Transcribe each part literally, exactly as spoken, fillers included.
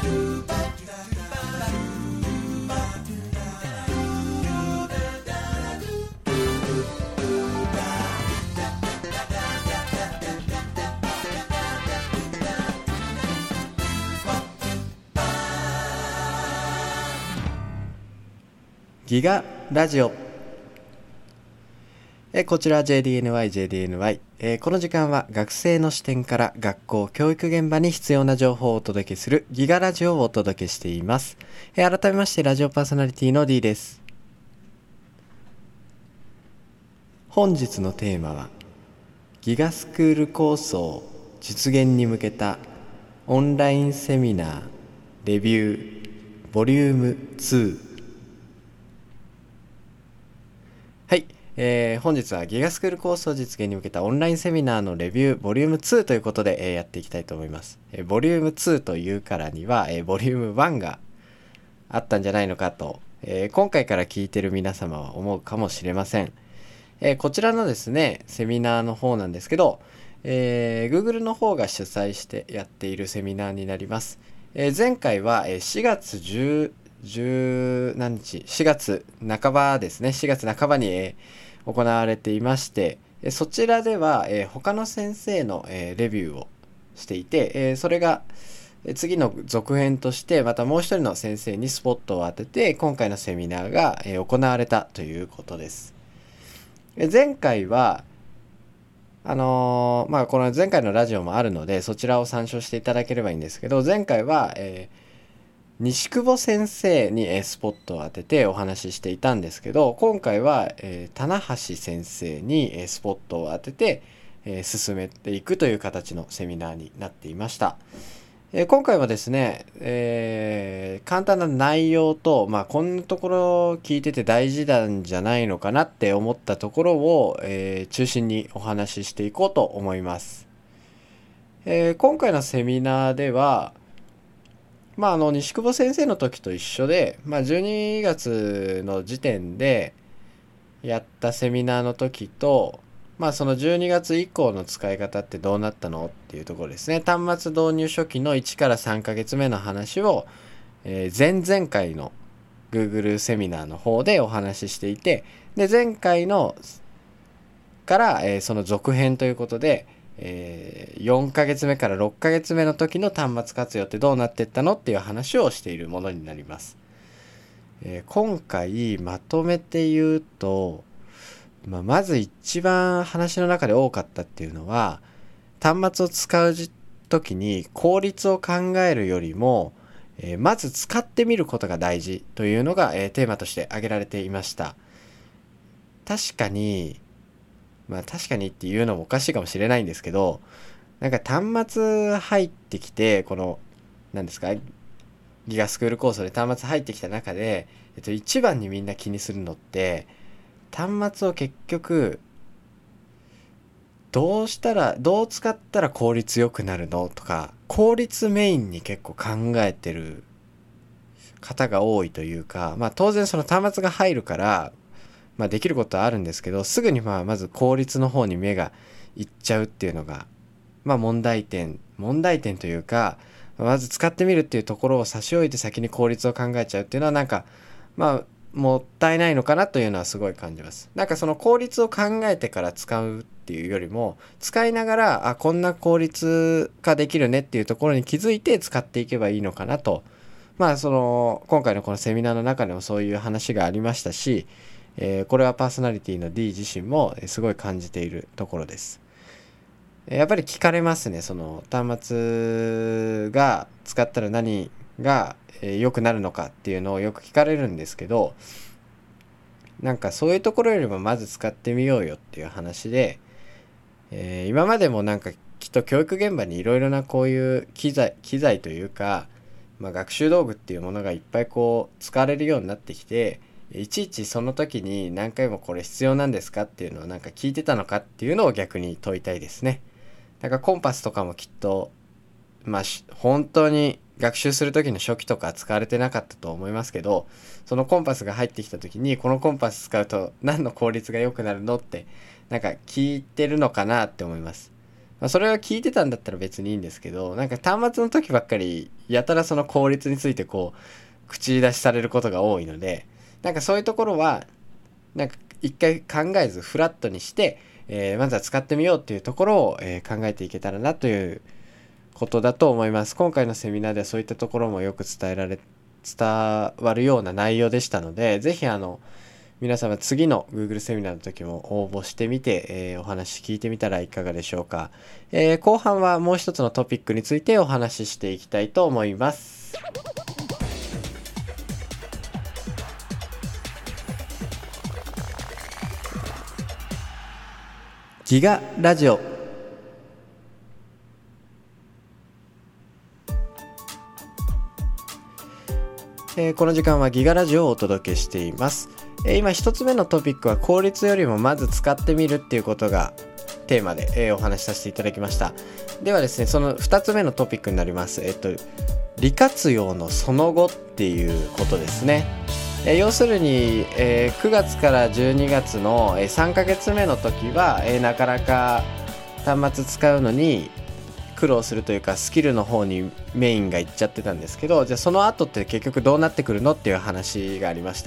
ギガラジオ。えこちら ジェーディーエヌワイ、ジェーディーエヌワイ、えー、この時間は学生の視点から学校教育現場に必要な情報をお届けするギガラジオをお届けしています。えー、改めましてラジオパーソナリティの D です。本日のテーマはギガスクール構想実現に向けたオンラインセミナーレビューボリュームツー。はい、えー、本日はギガスクール構想実現に向けたオンラインセミナーのレビューボリュームツーということで、えー、やっていきたいと思います。えー、ボリュームツーというからには、えー、ボリュームワンがあったんじゃないのかと、えー、今回から聞いてる皆様は思うかもしれません。えー、こちらのですねセミナーの方なんですけど、えー、Google の方が主催してやっているセミナーになります。えー、前回はしがつじゅう十何日しがつなかばですねしがつなかばに、えー、行われていまして、えー、そちらでは、えー、他の先生の、えー、レビューをしていて、えー、それが、えー、次の続編としてまたもう一人の先生にスポットを当てて今回のセミナーが、えー、行われたということです。えー、前回はあのー、まあこの前回のラジオもあるのでそちらを参照していただければいいんですけど、前回は、えー西久保先生にスポットを当ててお話ししていたんですけど、今回は、えー、棚橋先生にスポットを当てて、えー、進めていくという形のセミナーになっていました。えー、今回はですね、えー、簡単な内容と、まあ、こんなところ聞いてて大事なんじゃないのかなって思ったところを、えー、中心にお話ししていこうと思います。えー、今回のセミナーではまあ、あの西久保先生の時と一緒で、まあ、じゅうにがつの時点でやったセミナーの時と、まあ、そのじゅうにがつ以降の使い方ってどうなったのっていうところですね。端末導入初期のいちからさんかげつめの話を、えー、前々回の Google セミナーの方でお話ししていて、で前回のから、えー、その続編ということで、えー、よんかげつめからろっかげつめの時の端末活用ってどうなっていったのっていう話をしているものになります。えー、今回まとめて言うと、まあ、まず一番話の中で多かったっていうのは、端末を使う時に効率を考えるよりも、えー、まず使ってみることが大事というのが、えー、テーマとして挙げられていました。確かにまあ確かにっていうのもおかしいかもしれないんですけど、なんか端末入ってきて、この、何ですか、ギガスクール構想で端末入ってきた中で、えっと、一番にみんな気にするのって、端末を結局、どうしたら、どう使ったら効率よくなるのとか、効率メインに結構考えてる方が多いというか、まあ当然その端末が入るから、まあ、できることはあるんですけど、すぐにまあまず効率の方に目がいっちゃうっていうのが、まあ問題点、問題点というか、まず使ってみるっていうところを差し置いて先に効率を考えちゃうっていうのはなんか、まあもったいないのかなというのはすごい感じます。なんかその効率を考えてから使うっていうよりも、使いながら、あ、こんな効率化できるねっていうところに気づいて使っていけばいいのかなと。まあその、今回のこのセミナーの中でもそういう話がありましたし、えー、これはパーソナリティの D 自身もすごい感じているところです。やっぱり聞かれますね。その端末が使ったら何が良くなるのかっていうのをよく聞かれるんですけど、なんかそういうところよりもまず使ってみようよっていう話で、えー、今までもなんかきっと教育現場にいろいろなこういう機材機材というか、まあ、学習道具っていうものがいっぱいこう使われるようになってきて、いちいちその時に何回もこれ必要なんですかっていうのをなんか聞いてたのかっていうのを逆に問いたいですね。だからコンパスとかもきっとまあ本当に学習する時の初期とか使われてなかったと思いますけど、そのコンパスが入ってきた時にこのコンパス使うと何の効率が良くなるのってなんか聞いてるのかなって思います。 まあ、それを聞いてたんだったら別にいいんですけど、なんか端末の時ばっかりやたらその効率についてこう口出しされることが多いので、なんかそういうところはなんか一回考えずフラットにして、えーまずは使ってみようっていうところを、えー考えていけたらなということだと思います。今回のセミナーではそういったところもよく伝えられ伝わるような内容でしたので、ぜひあの皆様次の Google セミナーの時も応募してみて、えーお話聞いてみたらいかがでしょうか。えー後半はもう一つのトピックについてお話ししていきたいと思います。ギガラジオ。えーこの時間はギガラジオをお届けしています。えー今一つ目のトピックは効率よりもまず使ってみるっていうことがテーマで、えーお話しさせていただきました。ではですね、その二つ目のトピックになります。えっと利活用のその後っていうことですね。えー要するに、えーくがつからじゅうにがつの、えーさんかげつめの時は、えーなかなか端末使うのに苦労するというかスキルの方にメインがいっちゃってたんですけど、じゃあその後って結局どうなってくるのっていう話がありました。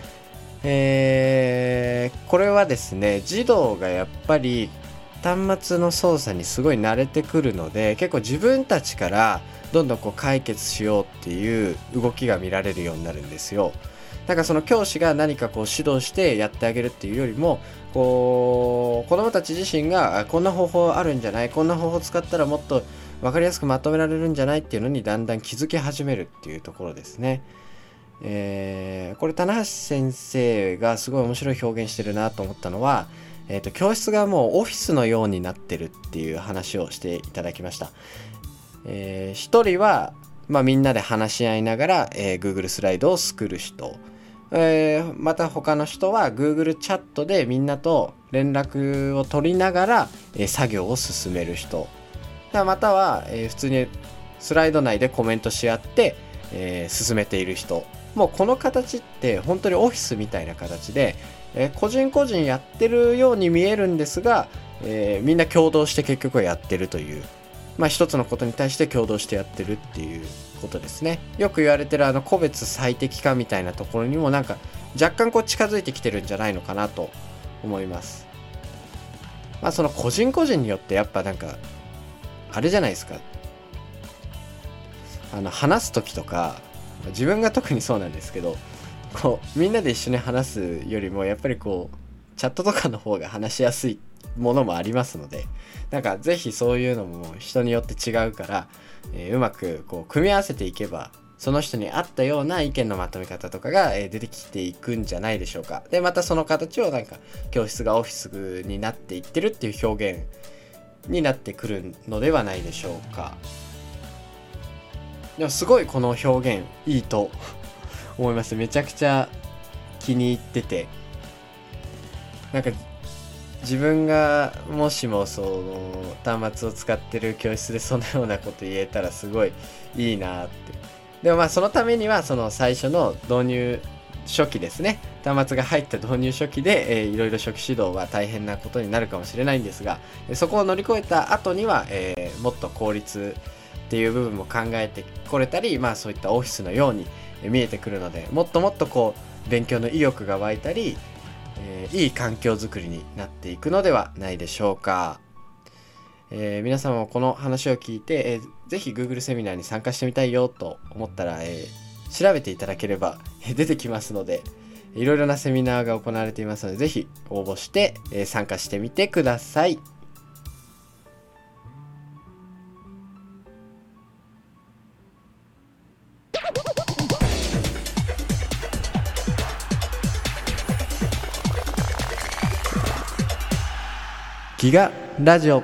えー、これはですね、児童がやっぱり端末の操作にすごい慣れてくるので、結構自分たちからどんどんこう解決しようっていう動きが見られるようになるんですよ。だからその教師が何かこう指導してやってあげるっていうよりも、こう子どもたち自身があこんな方法あるんじゃない、こんな方法使ったらもっと分かりやすくまとめられるんじゃないっていうのにだんだん気づき始めるっていうところですね。えーこれ棚橋先生がすごい面白い表現してるなと思ったのは、えーと教室がもうオフィスのようになってるっていう話をしていただきました。えー一人は、まあ、みんなで話し合いながら、えー Google スライドを作る人、えーまた他の人は Google チャットでみんなと連絡を取りながら、えー作業を進める人、または、えー普通にスライド内でコメントし合って、えー進めている人、もうこの形って本当にオフィスみたいな形で、えー個人個人やってるように見えるんですが、えーみんな共同して結局はやってるという、まあ一つのことに対して共同してやってるっていうことですね。よく言われてるあの個別最適化みたいなところにもなんか若干こう近づいてきてるんじゃないのかなと思います。まあその個人個人によってやっぱなんかあれじゃないですか、あの話す時とか、自分が特にそうなんですけど、こうみんなで一緒に話すよりもやっぱりこうチャットとかの方が話しやすいものもありますので、なんかぜひそういうのも人によって違うから、えーうまくこう組み合わせていけばその人に合ったような意見のまとめ方とかが、えー出てきていくんじゃないでしょうか。でまたその形をなんか教室がオフィスになっていってるっていう表現になってくるのではないでしょうか。でもすごいこの表現いいと思います。めちゃくちゃ気に入ってて、なんか自分がもしもその端末を使ってる教室でそのようなこと言えたらすごいいいなって。でもまあそのためにはその最初の導入初期ですね、端末が入った導入初期で、えー、いろいろ初期指導は大変なことになるかもしれないんですが、そこを乗り越えた後には、えーもっと効率っていう部分も考えてこれたり、まあそういったオフィスのように見えてくるので、もっともっとこう勉強の意欲が湧いたり、えーいい環境づくりになっていくのではないでしょうか。えー皆様もこの話を聞いて、えーぜひ Google セミナーに参加してみたいよと思ったら、えー調べていただければ出てきますので、いろいろなセミナーが行われていますので、ぜひ応募して、えー参加してみてください。ギガラジオ。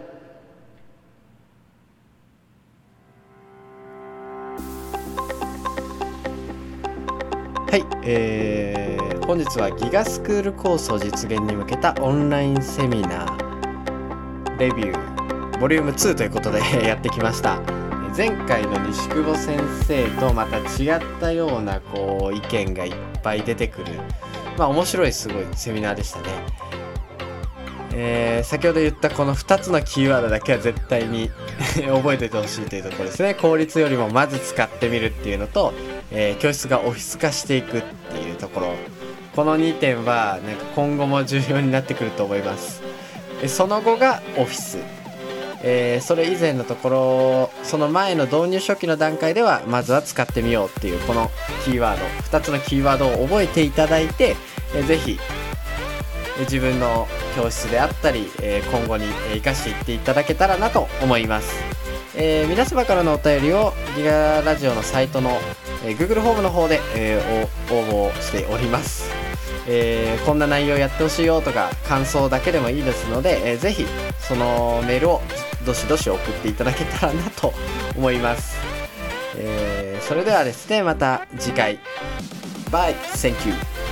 はい、えー、本日はギガスクールコースを実現に向けたオンラインセミナーレビューボリュームツーということでやってきました。前回の西久保先生とまた違ったようなこう意見がいっぱい出てくる、まあ面白いすごいセミナーでしたね。 えー、先ほど言ったこのふたつのキーワードだけは絶対に覚えておいてほしいというところですね。効率よりもまず使ってみるっていうのと、えー、教室がオフィス化していくっていうところ、このにてんはなんか今後も重要になってくると思います。その後がオフィス、えー、それ以前のところ、その前の導入初期の段階ではまずは使ってみようっていうこのキーワード、ふたつのキーワードを覚えていただいて、えー、ぜひ自分の教室であったり、えー、今後に生かしていっていただけたらなと思います。えー、皆様からのお便りをギガラジオのサイトの、えー、Google ホームの方で、えー、応募しております。えー、こんな内容やってほしいよとか感想だけでもいいですので、えー、ぜひそのメールをどしどし送っていただけたらなと思います。えー、それではですね、また次回。Bye. Thank you.